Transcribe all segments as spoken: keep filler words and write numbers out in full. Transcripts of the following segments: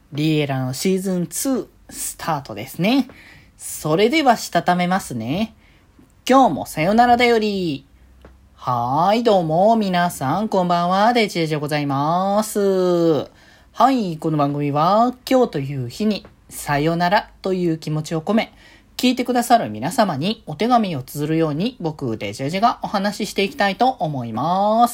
リエラのシーズンツースタートですね。それではしたためますね。今日もさよならだより。はーい、どうも皆さんこんばんは、デジェジでございます。はい、この番組は今日という日にさよならという気持ちを込め、聞いてくださる皆様にお手紙を綴るように僕デジェジがお話ししていきたいと思います。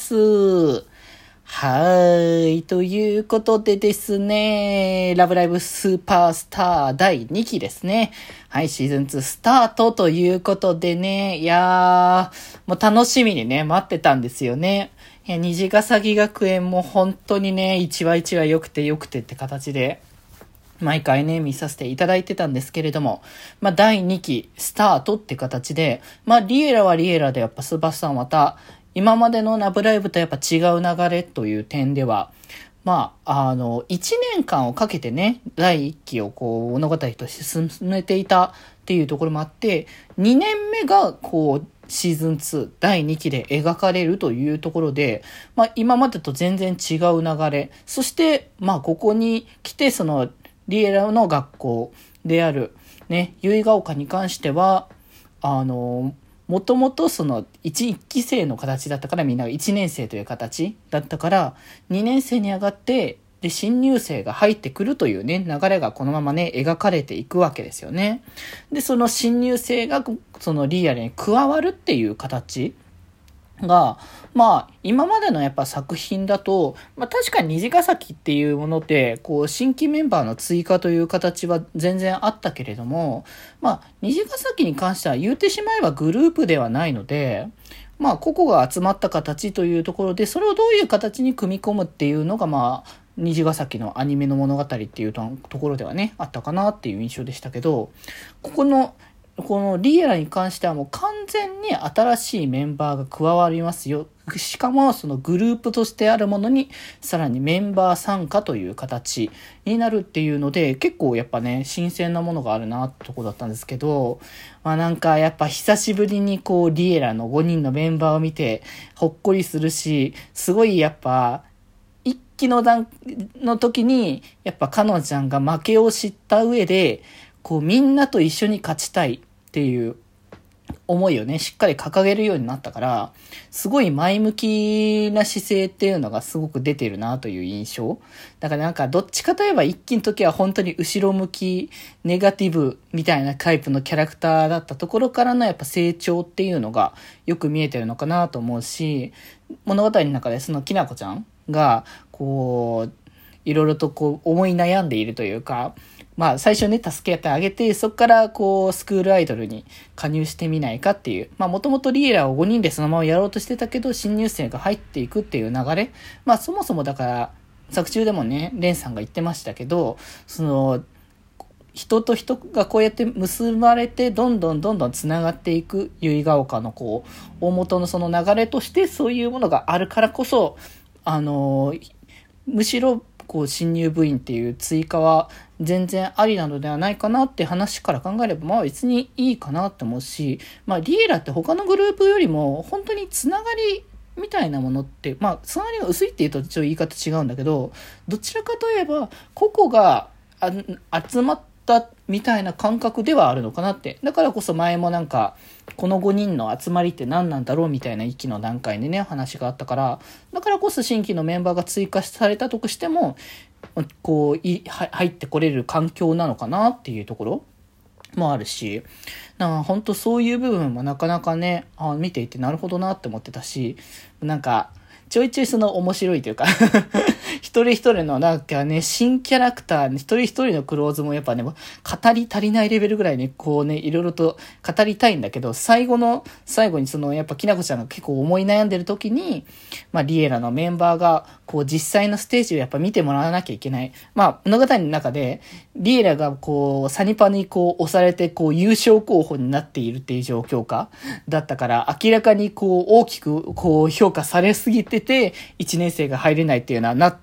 はーい。ということでですね、ラブライブスーパースターだいにきですね。はい、シーズンツースタートということでね、いやー、もう楽しみにね、待ってたんですよね。いや、虹ヶ崎学園も本当にね、一話一話良くて良くてって形で、毎回ね、見させていただいてたんですけれども、まあ、だいにきスタートって形で、まあ、リエラはリエラでやっぱスバスさんまた、今までのラブライブとやっぱ違う流れという点では、まあ、あの、いちねんかんをかけてね、だいいっきをこう、物語として進めていたっていうところもあって、にねんめがこう、シーズンツーだいにきで描かれるというところで、まあ、今までと全然違う流れ、そして、まあ、ここに来て、その、リエラの学校である、ね、結ヶ丘に関しては、あの、もともとその 1, いっき生の形だったからみんながいちねん生という形だったからにねん生に上がってで新入生が入ってくるというね流れがこのままね描かれていくわけですよね。でその新入生がそのリアルに加わるっていう形がまあ今までのやっぱ作品だと、まあ、確かに虹ヶ崎っていうものってこう新規メンバーの追加という形は全然あったけれども、まあ虹ヶ崎に関しては言うてしまえばグループではないので、まあ個々が集まった形というところでそれをどういう形に組み込むっていうのがまあ虹ヶ崎のアニメの物語っていうところではねあったかなっていう印象でしたけど、ここのこのリエラに関してはもう完全に新しいメンバーが加わりますよ。しかもそのグループとしてあるものにさらにメンバー参加という形になるっていうので結構やっぱね新鮮なものがあるなってとこだったんですけど、まあなんかやっぱ久しぶりにこうリエラのごにんのメンバーを見てほっこりするし、すごいやっぱ一期の段の時にやっぱかのちゃんが負けを知った上でこうみんなと一緒に勝ちたいっていう思いをねしっかり掲げるようになったからすごい前向きな姿勢っていうのがすごく出てるなという印象だからなんかどっちかといえば一期の時は本当に後ろ向きネガティブみたいなタイプのキャラクターだったところからのやっぱ成長っていうのがよく見えてるのかなと思うし、物語の中でそのきなこちゃんがこういろいろとこう思い悩んでいるというか、まあ最初ね助けてあげてそこからこうスクールアイドルに加入してみないかっていう、まあもともとリエラをごにんでそのままやろうとしてたけど新入生が入っていくっていう流れ、まあそもそもだから作中でもねレンさんが言ってましたけど、その人と人がこうやって結ばれてどんどんどんどんつながっていく結ヶ丘のこう大元のその流れとしてそういうものがあるからこそあのむしろこう新入部員っていう追加は全然ありなのではないかなって話から考えればまあ別にいいかなって思うし、まあリエラって他のグループよりも本当につながりみたいなものってまあつながりが薄いって言うとちょっと言い方違うんだけど、どちらかといえば個々があ集まったみたいな感覚ではあるのかなって。だからこそ前もなんかこのごにんの集まりって何なんだろうみたいな域の段階でね話があったから、だからこそ新規のメンバーが追加されたとしてもこうい入ってこれる環境なのかなっていうところもあるし、なんか本当そういう部分もなかなかねあ見ていてなるほどなって思ってたし、なんかちょいちょいその面白いというか一人一人のなんかね新キャラクター一人一人のクローズもやっぱね語り足りないレベルぐらいねこうねいろいろと語りたいんだけど、最後の最後にそのやっぱきなこちゃんが結構思い悩んでる時にまあリエラのメンバーがこう実際のステージをやっぱ見てもらわなきゃいけない。まあ物語の中でリエラがこうサニパにこう押されてこう優勝候補になっているっていう状況下だったから明らかにこう大きくこう評価されすぎてていちねん生が入れないっていうのはな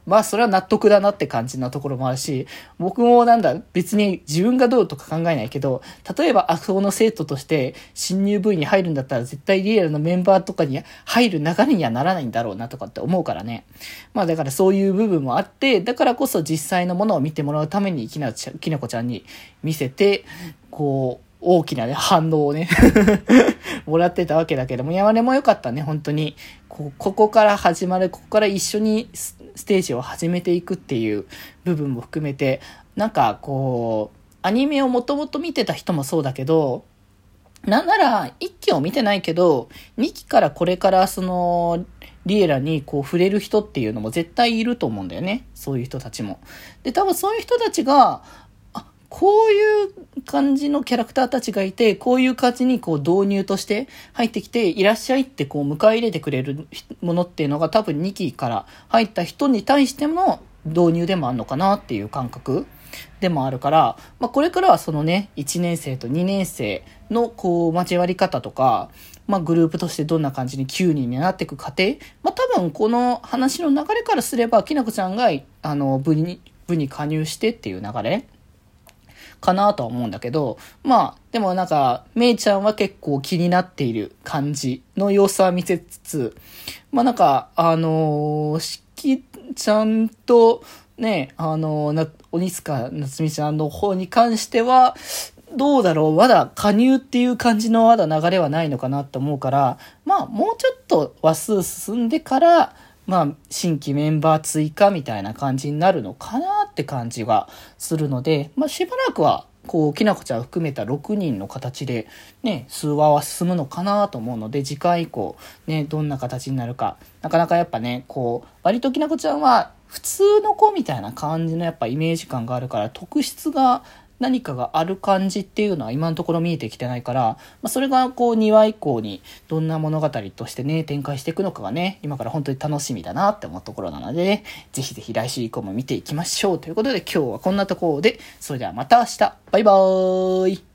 まあそれは納得だなって感じなところもあるし、僕もなんだ、別に自分がどうとか考えないけど、例えば悪法の生徒として新入部員に入るんだったら絶対リアルのメンバーとかに入る流れにはならないんだろうなとかって思うからね。まあだからそういう部分もあって、だからこそ実際のものを見てもらうためにきなちゃん、きなこちゃんに見せて、こう、大きなね、反応をね、もらってたわけだけども、いや、あれも良かったね、本当に。こ, ここから始まる、ここから一緒にステージを始めていくっていう部分も含めて、なんかこう、アニメをもともと見てた人もそうだけど、なんなら一期を見てないけど、二期からこれからその、リエラにこう触れる人っていうのも絶対いると思うんだよね。そういう人たちも。で、多分そういう人たちが、こういう感じのキャラクターたちがいて、こういう感じにこう導入として入ってきて、いらっしゃいってこう迎え入れてくれるものっていうのが多分にきから入った人に対しての導入でもあるのかなっていう感覚でもあるから、まあこれからはそのね、いちねん生とにねん生のこう交わり方とか、まあグループとしてどんな感じにきゅうにんになっていく過程、まあ多分この話の流れからすれば、きなこちゃんがあの部に、部に加入してっていう流れかなとは思うんだけど、まあ、でもなんか、めいちゃんは結構気になっている感じの様子は見せつつ、まあなんか、あのー、しきちゃんと、ね、あのー、な、鬼塚なつみちゃんの方に関しては、どうだろう、まだ加入っていう感じのまだ流れはないのかなと思うから、まあ、もうちょっと話数進んでから、まあ、新規メンバー追加みたいな感じになるのかなって感じがするので、まあ、しばらくは、こう、きなこちゃんを含めたろくにんの形で、ね、数話は進むのかなと思うので、次回以降、ね、どんな形になるか。なかなかやっぱね、こう、割ときなこちゃんは、普通の子みたいな感じのやっぱイメージ感があるから、特質が、何かがある感じっていうのは今のところ見えてきてないから、まあ、それがこうにわ以降にどんな物語としてね、展開していくのかがね、今から本当に楽しみだなって思うところなので、ね、ぜひぜひ来週以降も見ていきましょうということで今日はこんなところで、それではまた明日、バイバーイ。